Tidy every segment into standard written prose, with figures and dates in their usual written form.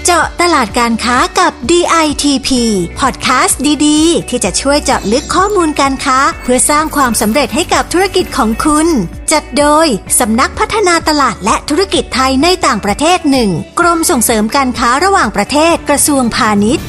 เจาะตลาดการค้ากับ DITP พอดแคสต์ดีๆที่จะช่วยเจาะลึกข้อมูลการค้าเพื่อสร้างความสำเร็จให้กับธุรกิจของคุณจัดโดยสำนักพัฒนาตลาดและธุรกิจไทยในต่างประเทศ1กรมส่งเสริมการค้าระหว่างประเทศกระทรวงพาณิชย์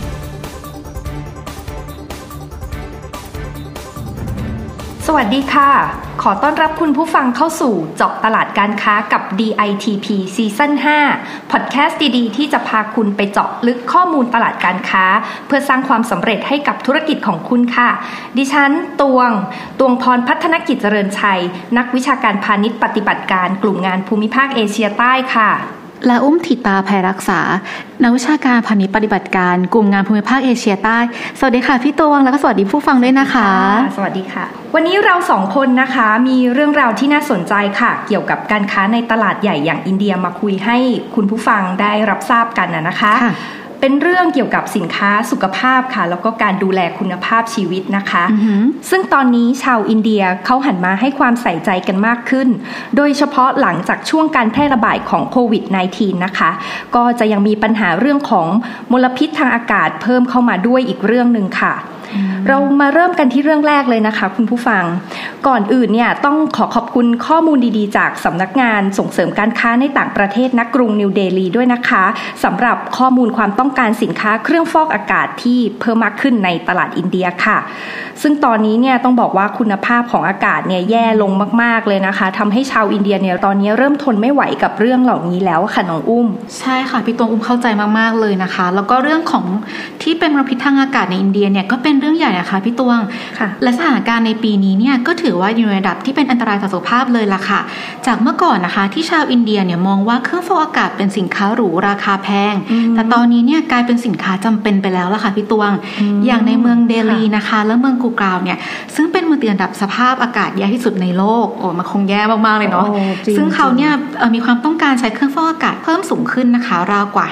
สวัสดีค่ะขอต้อนรับคุณผู้ฟังเข้าสู่เจาะตลาดการค้ากับ DITP ซีซั่น 5 พอดแคสต์ดีๆที่จะพาคุณไปเจาะลึกข้อมูลตลาดการค้าเพื่อสร้างความสำเร็จให้กับธุรกิจของคุณค่ะดิฉันตวงพรพัฒนกิจเจริญชัยนักวิชาการพาณิชย์ปฏิบัติการกลุ่มงานภูมิภาคเอเชียใต้ค่ะและอุ้มถิตาภัยรักษานักวิชาการพาณิชย์ปฏิบัติการกลุ่มงานภูมิภาคเอเชียใต้สวัสดีค่ะพี่ตวงแล้วก็สวัสดีผู้ฟังด้วยนะคะสวัสดีค่ะวันนี้เราสองคนนะคะมีเรื่องราวที่น่าสนใจค่ะเกี่ยวกับการค้าในตลาดใหญ่อย่างอินเดียมาคุยให้คุณผู้ฟังได้รับทราบกันนะคะเป็นเรื่องเกี่ยวกับสินค้าสุขภาพค่ะแล้วก็การดูแลคุณภาพชีวิตนะคะซึ่งตอนนี้ชาวอินเดียเขาหันมาให้ความใส่ใจกันมากขึ้นโดยเฉพาะหลังจากช่วงการแพร่ระบาดของโควิด -19 นะคะก็จะยังมีปัญหาเรื่องของมลพิษทางอากาศเพิ่มเข้ามาด้วยอีกเรื่องนึงค่ะเรามาเริ่มกันที่เรื่องแรกเลยนะคะคุณผู้ฟังก่อนอื่นเนี่ยต้องขอบคุณข้อมูลดีๆจากสำนักงานส่งเสริมการค้าในต่างประเทศณกรุงนิวเดลีด้วยนะคะสำหรับข้อมูลความต้องการสินค้าเครื่องฟอกอากาศที่เพิ่มมากขึ้นในตลาดอินเดียค่ะซึ่งตอนนี้เนี่ยต้องบอกว่าคุณภาพของอากาศเนี่ยแย่ลงมากๆเลยนะคะทำให้ชาวอินเดียเนี่ยตอนนี้เริ่มทนไม่ไหวกับเรื่องเหล่านี้แล้วค่ะน้องอุ้มใช่ค่ะพี่ตวงอุ้มเข้าใจมากๆเลยนะคะแล้วก็เรื่องของที่เป็นมลพิษทางอากาศในอินเดียเนี่ยก็เป็นเรื่องใหญ่นะคะพี่ตวงและสถานการณ์ในปีนี้เนี่ยก็ถือว่าอยู่ในระดับที่เป็นอันตรายต่อสุขภาพเลยล่ะค่ะจากเมื่อก่อนนะคะที่ชาวอินเดียเนี่ยมองว่าเครื่องฟอกอากาศเป็นสินค้าหรูราคาแพงแต่ตอนนี้เนี่ยกลายเป็นสินค้าจำเป็นไปแล้วล่ะค่ะพี่ตวงอย่างในเมืองเดลีนะคะและเมืองกูกราวเนี่ยซึ่งเป็นเมืองติดอันดับสภาพอากาศแย่ที่สุดในโลกมันคงแย่มากๆเลยเนาะซึ่งเขาเนี่ยมีความต้องการใช้เครื่องฟอกอากาศเพิ่มสูงขึ้นนะคะราวกว่า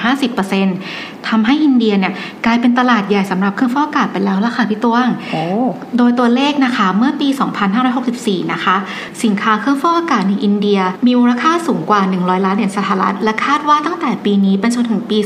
50% ทำให้อินเดียเนี่ยกลายเป็นตลาดใหญ่สำหรับเครื่องฟอกอากาศไปแล้วล่ะค่ะพี่ตวงโดยตัวเลขนะคะเมื่อปี 2564 นะคะสินค้าเครื่องฟอกอากาศในอินเดียมีมูลค่าสูงกว่า100ล้านเหรียญสหรัฐและคาดว่าตั้งแต่ปีนี้เป็นจนถึงปี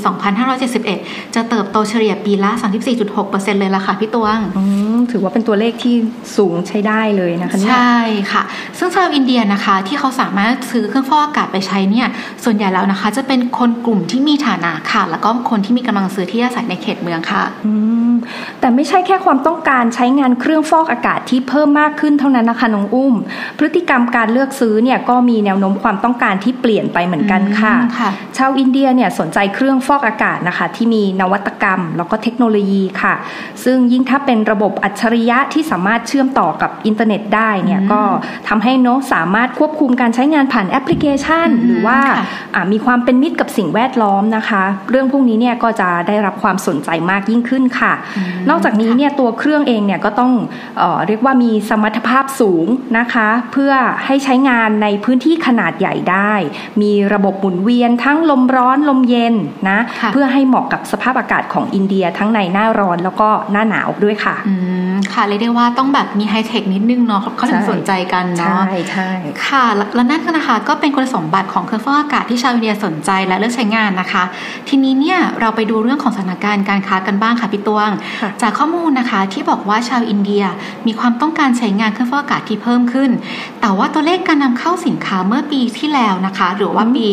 2571 จะเติบโตเฉลี่ยปีละ 34.6% เลยล่ะค่ะพี่ตวงถือว่าเป็นตัวเลขที่สูงใช้ได้เลยนะคะใช่ค่ะซึ่งชาวอินเดียนะคะที่เขาสามารถซื้อเครื่องฟอกอากาศไปใช้เนี่ยส่วนใหญ่แล้วนะคะจะเป็นคนกลุ่มที่มีฐานะค่ะแล้วก็คนที่มีกำลังซื้อที่อาศัยในเขตเมืองค่ะแต่ไม่ใช่แค่ความต้องการใช้งานเครื่องฟอกอากาศที่เพิ่มมากขึ้นเท่านั้นนะคะน้องอุ้มพฤติกรรมการเลือกซื้อเนี่ยก็มีแนวโน้มความต้องการที่เปลี่ยนไปเหมือนกันค่ะชาวอินเดียเนี่ยสนใจเครื่องฟอกอากาศนะคะที่มีนวัตกรรมแล้วก็เทคโนโลยีค่ะซึ่งยิ่งถ้าเป็นระบบอัจฉริยะที่สามารถเชื่อมต่อกับอินเทอร์เน็ตได้เนี่ยก็ทำให้สามารถควบคุมการใช้งานผ่านแอปพลิเคชันหรือว่ามีความเป็นมิตรกับสิ่งแวดล้อมนะคะเรื่องพวกนี้เนี่ยก็จะได้รับความสนใจมากยิ่งขึ้นค่ะนอกจากนี้เนี่ยตัวเครื่องเองเนี่ยก็ต้องเรียกว่ามีสมรรถภาพสูงนะคะเพื่อให้ใช้งานในพื้นที่ขนาดใหญ่ได้มีระบบหมุนเวียนทั้งลมร้อนลมเย็นนะเพื่อให้เหมาะกับสภาพอากาศของอินเดียทั้งในหน้าร้อนแล้วก็หน้าหนาวด้วยค่ะค่ะเรียกได้ว่าต้องแบบมีไฮเทคนิดนึงเนาะเขาถึงสนใจกันเนาะใช่ค่ะแล้วนั่นก็นะคะก็เป็นคุณสมบัติของเครื่องฟอกอากาศที่ชาวอินเดียสนใจและเลือกใช้งานนะคะทีนี้เนี่ยเราไปดูเรื่องของสถานการณ์การค้ากันบ้างค่ะพี่ตวงจากข้อมูลนะคะที่บอกว่าชาวอินเดียมีความต้องการใช้งานเครื่องฟอกอากาศที่เพิ่มขึ้นแต่ว่าตัวเลขการนำเข้าสินค้าเมื่อปีที่แล้วนะคะหรือว่าปี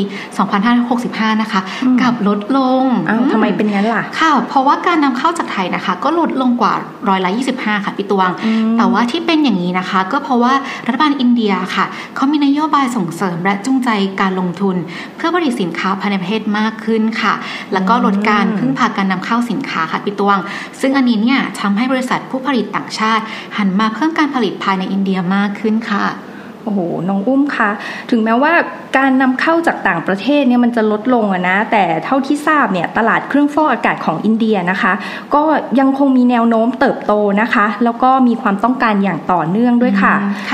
2565 นะคะกลับลดลงทำไมเป็นงั้นล่ะค่ะเพราะว่าการนำเข้าจากไทยนะคะก็ลดลงกว่า25%ค่ะพี่ตวงแต่ว่าที่เป็นอย่างนี้นะคะก็เพราะว่ารัฐบาลอินเดียค่ะเขามีนโยบายส่งเสริมและจูงใจการลงทุนเพื่อผลิตสินค้าภายในประเทศมากขึ้นค่ะแล้วก็ลดการพึ่งพาการนำเข้าสินค้าค่ะพี่ตวงซึ่งอันนี้เนี่ยทำให้บริษัทผู้ผลิตต่างชาติหันมาเพิ่มการผลิตภายในอินเดียมากขึ้นค่ะโอ้โหน้องอุ้มคะถึงแม้ว่าการนำเข้าจากต่างประเทศเนี่ยมันจะลดลงนะแต่เท่าที่ทราบเนี่ยตลาดเครื่องฟอกอากาศของอินเดียนะคะก็ยังคงมีแนวโน้มเติบโตนะคะแล้วก็มีความต้องการอย่างต่อเนื่องด้วยค่ะ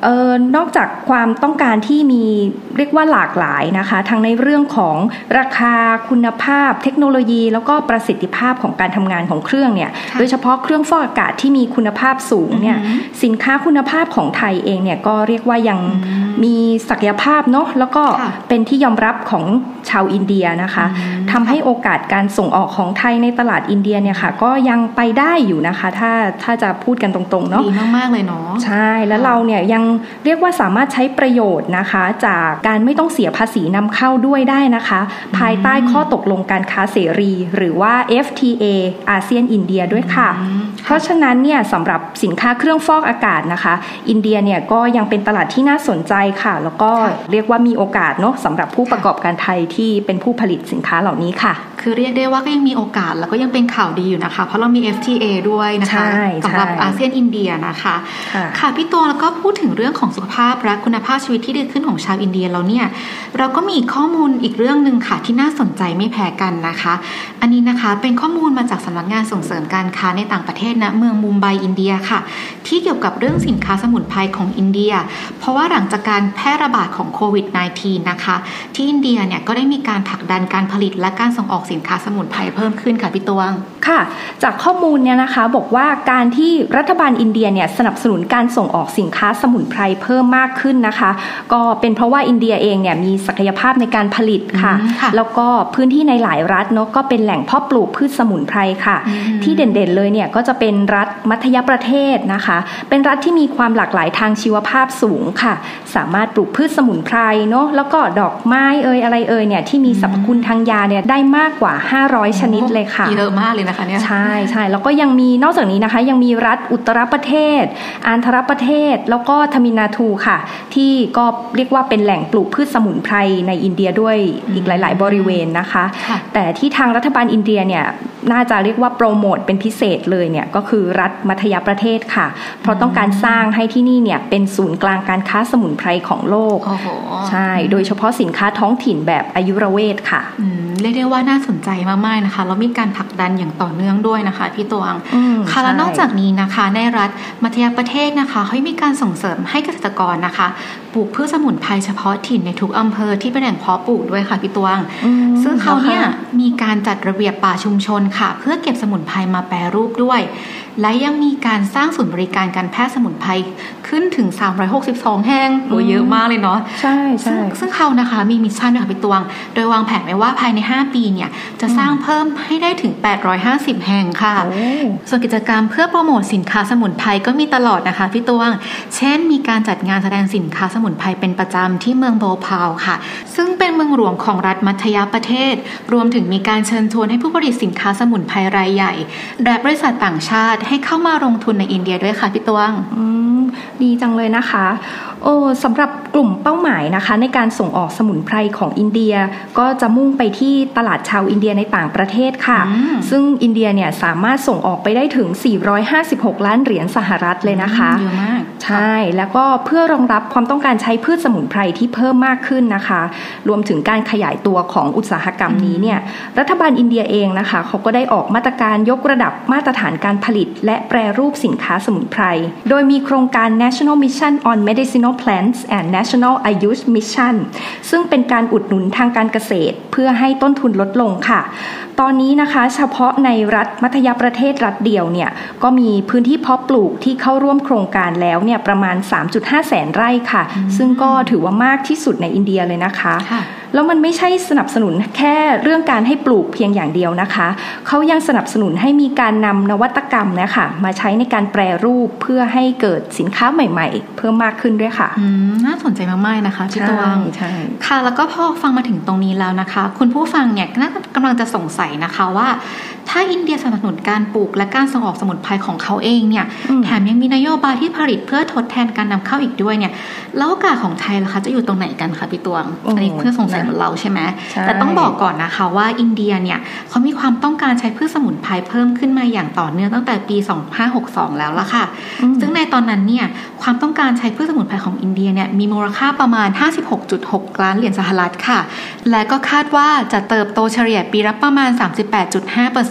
นอกจากความต้องการที่มีเรียกว่าหลากหลายนะคะทั้งในเรื่องของราคาคุณภาพเทคโนโลยีแล้วก็ประสิทธิภาพของการทำงานของเครื่องเนี่ยโดยเฉพาะเครื่องฟอกอากาศที่มีคุณภาพสูงเนี่ยสินค้าคุณภาพของไทยเองเนี่ยก็เรียกว่ายังมีศักยภาพเนาะแล้วก็เป็นที่ยอมรับของชาวอินเดียนะคะทำให้โอกาสการส่งออกของไทยในตลาดอินเดียเนี่ยค่ะก็ยังไปได้อยู่นะคะถ้าจะพูดกันตรงๆเนาะดีมากๆเลยเนาะใช่แล้วเราเนี่ยยังเรียกว่าสามารถใช้ประโยชน์นะคะจากการไม่ต้องเสียภาษีนำเข้าด้วยได้นะคะภายใต้ข้อตกลงการค้าเสรีหรือว่า FTA อาเซียนอินเดียด้วยค่ะเพราะฉะนั้นเนี่ยสำหรับสินค้าเครื่องฟอกอากาศนะคะอินเดียเนี่ยก็ยังเป็นตลาดที่น่าสนใจค่ะแล้วก็เรียกว่ามีโอกาสเนาะสำหรับผู้ประกอบการไทยที่เป็นผู้ผลิตสินค้าเหล่านี้ค่ะคือเรียกได้ว่าก็ยังมีโอกาสแล้วก็ยังเป็นข่าวดีอยู่นะคะเพราะเรามี FTA ด้วยนะคะสำหรับอาเซียนอินเดียนะคะค่ะพี่ตัวแล้วก็พูดถึงเรื่องของสุขภาพและคุณภาพชีวิตที่ดีขึ้นของชาวอินเดียเราเนี่ยเราก็มีข้อมูลอีกเรื่องนึงค่ะที่น่าสนใจไม่แพ้กันนะคะอันนี้นะคะเป็นข้อมูลมาจากสำนักงานส่งเสริมการค้าในต่างประเทศณเมืองมุมไบอินเดียค่ะที่เกี่ยวกับเรื่องสินค้าสมุนไพรของอินเดียเพราะว่าหลังจากการแพร่ระบาดของโควิด -19 นะคะที่อินเดียเนี่ยก็ได้มีการผลักดันการผลิตและการส่งออกสินค้าสมุนไพรเพิ่มขึ้นค่ะพี่ตวงค่ะจากข้อมูลเนี่ยนะคะบอกว่าการที่รัฐบาลอินเดียเนี่ยสนับสนุนการส่งออกสินค้าสมุนไพรเพิ่มมากขึ้นนะคะก็เป็นเพราะว่าอินเดียเองเนี่ยมีศักยภาพในการผลิตค่ะแล้วก็พื้นที่ในหลายรัฐเนาะก็เป็นแหล่งเพาะปลูกพืชสมุนไพรค่ะที่เด่นๆเลยเนี่ยก็จะเป็นรัฐมัธยประเทศนะคะเป็นรัฐที่มีความหลากหลายทางชีวภาพสูงค่ะสามารถปลูกพืชสมุนไพรเนาะแล้วก็ดอกไม้อะไรเนี่ยที่มีสรรพคุณทางยาเนี่ยได้มากกว่า500ชนิดเลยค่ะเยอะมากเลยนะคะเนี่ยใช่แล้วก็ยังมีนอกจากนี้นะคะยังมีรัฐอุตตรประเทศอันธรประเทศแล้วก็ทมิลนาทูค่ะที่ก็เรียกว่าเป็นแหล่งปลูกพืชสมุนไพรในอินเดียด้วยอีกหลายๆบริเวณนะคะแต่ที่ทางรัฐบาลอินเดียเนี่ยน่าจะเรียกว่าโปรโมทเป็นพิเศษเลยเนี่ยก็คือรัฐมัธยประเทศค่ะเพราะต้องการสร้างให้ที่นี่เนี่ยเป็นศูนย์กลางการค้าสมุนไพรของโลกใช่โดยเฉพาะสินค้าท้องถิ่นแบบอายุรเวทค่ะเรียกได้ว่าน่าสนใจมากๆนะคะแล้วมีการผลักดันอย่างต่อเนื่องด้วยนะคะพี่ตวงค่ะแล้วนอกจากนี้นะคะในรัฐมัธยประเทศนะคะเขามีการส่งเสริมให้เกษตรกรนะคะปลูกพืชสมุนไพรเฉพาะถิ่นในทุกอำเภอที่เป็นแหล่งเพาะปลูกด้วยค่ะพี่ตวงซึ่งเขาเนี่ยมีการจัดระเบียบป่าชุมชนค่ะเพื่อเก็บสมุนไพรมาแปรรูปด้วยและยังมีการสร้างศูนย์บริการการแพทย์สมุนไพรขึ้นถึง362แห่งโหเยอะมากเลยเนาะใช่ซึ่งเขานะคะมีมิชชั่นด้วยค่ะพี่ตวงโดยวางแผนไว้ว่าภายใน5ปีเนี่ยจะสร้างเพิ่มให้ได้ถึง850แห่งค่ะส่วนกิจกรรมเพื่อโปรโมทสินค้าสมุนไพรก็มีตลอดนะคะพี่ตวงเช่นมีการจัดงานแสดงสินค้าสมุนไพรเป็นประจำที่เมืองโบพาวค่ะซึ่งเป็นเมืองหลวงของรัฐมัธยประเทศรวมถึงมีการเชิญชวนให้ผู้ผลิตสินค้าสมุนไพรรายใหญ่และบริษัทต่างชาติให้เข้ามาลงทุนในอินเดียด้วยค่ะพี่ตวงดีจังเลยนะคะสำหรับกลุ่มเป้าหมายนะคะในการส่งออกสมุนไพรของอินเดียก็จะมุ่งไปที่ตลาดชาวอินเดียในต่างประเทศค่ะซึ่งอินเดียเนี่ยสามารถส่งออกไปได้ถึง456ล้านเหรียญสหรัฐเลยนะคะเยอะมากใช่แล้วก็เพื่อรองรับความต้องการใช้พืชสมุนไพรที่เพิ่มมากขึ้นนะคะรวมถึงการขยายตัวของอุตสาหกรรมนี้เนี่ยรัฐบาลอินเดียเองนะคะเขาก็ได้ออกมาตรการยกระดับมาตรฐานการผลิตและแปรรูปสินค้าสมุนไพรโดยมีโครงการ National Mission on Medicinal Plants and National Ayush Mission ซึ่งเป็นการอุดหนุนทางการเกษตรเพื่อให้ต้นทุนลดลงค่ะตอนนี้นะคะเฉพาะในรัฐมัธยประเทศรัฐเดียวเนี่ยก็มีพื้นที่เพาะปลูกที่เข้าร่วมโครงการแล้วเนี่ยประมาณ 3.5 แสนไร่ค่ะซึ่งก็ถือว่ามากที่สุดในอินเดียเลยนะคะแล้วมันไม่ใช่สนับสนุนแค่เรื่องการให้ปลูกเพียงอย่างเดียวนะคะเขายังสนับสนุนให้มีการนำนวัตกรรมนะคะมาใช้ในการแปรรูปเพื่อให้เกิดสินค้าใหม่ๆเพิ่มมากขึ้นด้วยค่ะน่าสนใจมากๆนะคะพี่ตวงใช่ค่ะแล้วก็พอฟังมาถึงตรงนี้แล้วนะคะคุณผู้ฟังเนี่ยน่ากำลังจะสงสัยนะคะว่าถ้าอินเดียสนับสนุนการปลูกและการส่งออกสมุนไพรของเขาเองเนี่ยแถมยังมีนโยบายที่ผลิตเพื่อทดแทนการนำเข้าอีกด้วยเนี่ยแล้วโอกาสของไทยล่ะคะจะอยู่ตรงไหนกันคะพี่ตวงอันนี้เพื่อสงสัยเหมือนเราใช่ไหมแต่ต้องบอกก่อนนะคะว่าอินเดียเนี่ยเขามีความต้องการใช้พืชสมุนไพรเพิ่มขึ้นมาอย่างต่อเนื่องตั้งแต่ปี2562แล้วล่ะค่ะซึ่งในตอนนั้นเนี่ยความต้องการใช้พืชสมุนไพรของอินเดียเนี่ยมีมูลค่าประมาณ 56.6 ล้านเหรียญสหรัฐค่ะและก็คาดว่าจะเติบโตเฉลี่ยปีละประมาณ 38.5%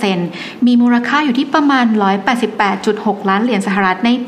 10%มีมูลค่าอยู่ที่ประมาณ 188.6 ล้านเหรียญสหรัฐในปี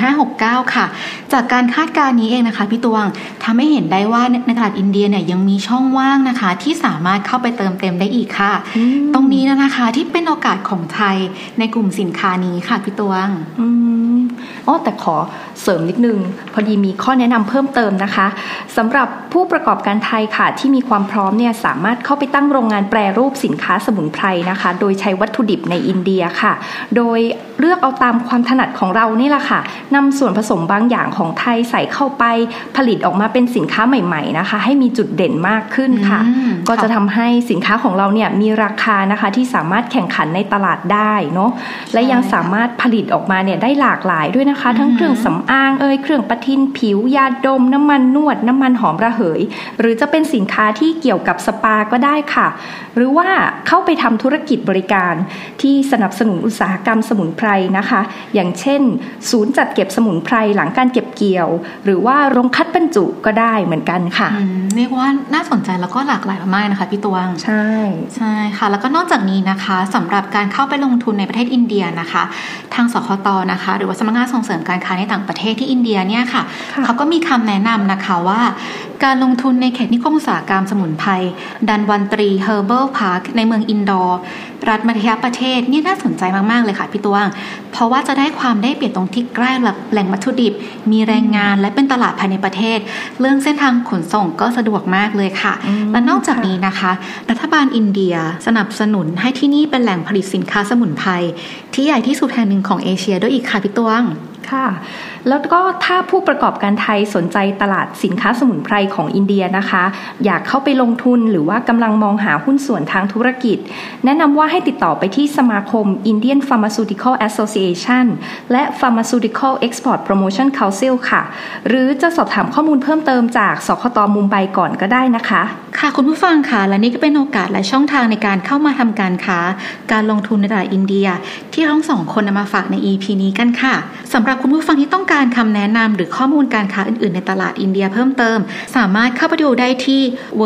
2569 ค่ะจากการคาดการณ์นี้เองนะคะพี่ตวงทำให้เห็นได้ว่าในตลาดอินเดียเนี่ยยังมีช่องว่างนะคะที่สามารถเข้าไปเติมเต็มได้อีกค่ะตรงนี้นะคะที่เป็นโอกาสของไทยในกลุ่มสินค้านี้ค่ะพี่ตวงแต่ขอเสริมนิดนึงพอดีมีข้อแนะนำเพิ่มเติมนะคะสำหรับผู้ประกอบการไทยค่ะที่มีความพร้อมเนี่ยสามารถเข้าไปตั้งโรงงานแปรรูปสินค้าสมุนไพรนะคะโดยใช้วัตถุดิบในอินเดียค่ะโดยเลือกเอาตามความถนัดของเรานี่แหละค่ะนำส่วนผสมบางอย่างของไทยใส่เข้าไปผลิตออกมาเป็นสินค้าใหม่ๆนะคะให้มีจุดเด่นมากขึ้นค่ะก็จะทำให้สินค้าของเราเนี่ยมีราคานะคะที่สามารถแข่งขันในตลาดได้เนาะและยังสามารถผลิตออกมาเนี่ยได้หลากหลายด้วยนะคะทั้งเครื่องสำอางเครื่องประทินผิวยาดมน้ำมันนวดน้ำมันหอมระเหยหรือจะเป็นสินค้าที่เกี่ยวกับสปาก็ได้ค่ะหรือว่าเข้าไปทำธุรกิจบริการที่สนับสนุนอุตสาหกรรมสมุนไพรนะคะอย่างเช่นศูนย์จัดเก็บสมุนไพรหลังการเก็บเกี่ยวหรือว่าโรงคัดบรรจุก็ได้เหมือนกันค่ะเรียกว่าน่าสนใจแล้วก็หลากหลายมากนะคะพี่ตวงใช่ค่ะแล้วก็นอกจากนี้นะคะสำหรับการเข้าไปลงทุนในประเทศอินเดียนะคะทางสคต.นะคะหรือว่าสำนักงานส่งเสริมการค้าในต่างประเทศที่อินเดียเนี่ยค่ะเขาก็มีคำแนะนำนะคะว่าการลงทุนในเขตนิคมอุตสาหกรรมสมุนไพรดันวันตรีเฮอร์เบิลพาร์คในเมืองอินดอร์รัฐมัธยประเทศนี่น่าสนใจมากๆเลยค่ะพี่ตวงเพราะว่าจะได้ความได้เปรียบตรงที่ใกล้แหล่งวัตถุดิบมีแรงงานและเป็นตลาดภายในประเทศเรื่องเส้นทางขนส่งก็สะดวกมากเลยค่ะและนอกจากนี้นะคะรัฐบาลอินเดียสนับสนุนให้ที่นี่เป็นแหล่งผลิตสินค้าสมุนไพรที่ใหญ่ที่สุดแห่งหนึ่งของเอเชียด้วยอีกค่ะพี่ตวงค่ะแล้วก็ถ้าผู้ประกอบการไทยสนใจตลาดสินค้าสมุนไพรของอินเดียนะคะอยากเข้าไปลงทุนหรือว่ากำลังมองหาหุ้นส่วนทางธุรกิจแนะนำว่าให้ติดต่อไปที่สมาคม Indian Pharmaceutical Association และ Pharmaceutical Export Promotion Council ค่ะหรือจะสอบถามข้อมูลเพิ่มเติมจากสคต.มุมไบก่อนก็ได้นะคะค่ะคุณผู้ฟังค่ะและนี่ก็เป็นโอกาสและช่องทางในการเข้ามาทำการค้าการลงทุนในตลาดอินเดียที่ทั้งสองคนนำมาฝากใน EP นี้กันค่ะสำหรับคุณผู้ฟังที่ต้องการคำแนะนำหรือข้อมูลการค้าอื่นๆในตลาดอินเดียเพิ่มเติมสามารถเข้าไปดูได้ที่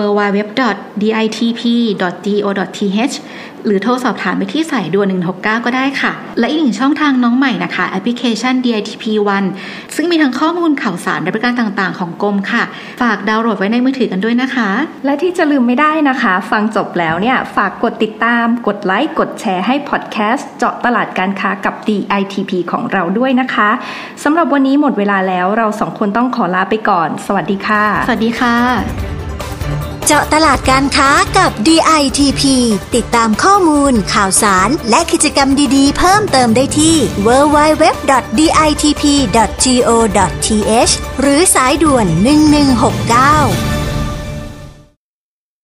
www.ditp.go.th หรือโทรสอบถามไปที่สายด่วน169ก็ได้ค่ะและอีกหนึ่งช่องทางน้องใหม่นะคะแอปพลิเคชัน DITP One ซึ่งมีทั้งข้อมูลข่าวสารและบริการต่างๆของกรมค่ะฝากดาวน์โหลดไว้ในมือถือกันด้วยนะคะและที่จะลืมไม่ได้นะคะฟังจบแล้วเนี่ยฝากกดติดตามกดไลค์กดแชร์ให้พอดแคสต์เจาะตลาดการค้ากับ DITP ของเราด้วยนะคะสำหรับวันนี้หมดเวลาแล้วเราสองคนต้องขอลาไปก่อนสวัสดีค่ะสวัสดีค่ะเจาะตลาดการค้ากับ DITP ติดตามข้อมูลข่าวสารและกิจกรรมดีๆเพิ่มเติมได้ที่ www.ditp.go.th หรือสายด่วน1169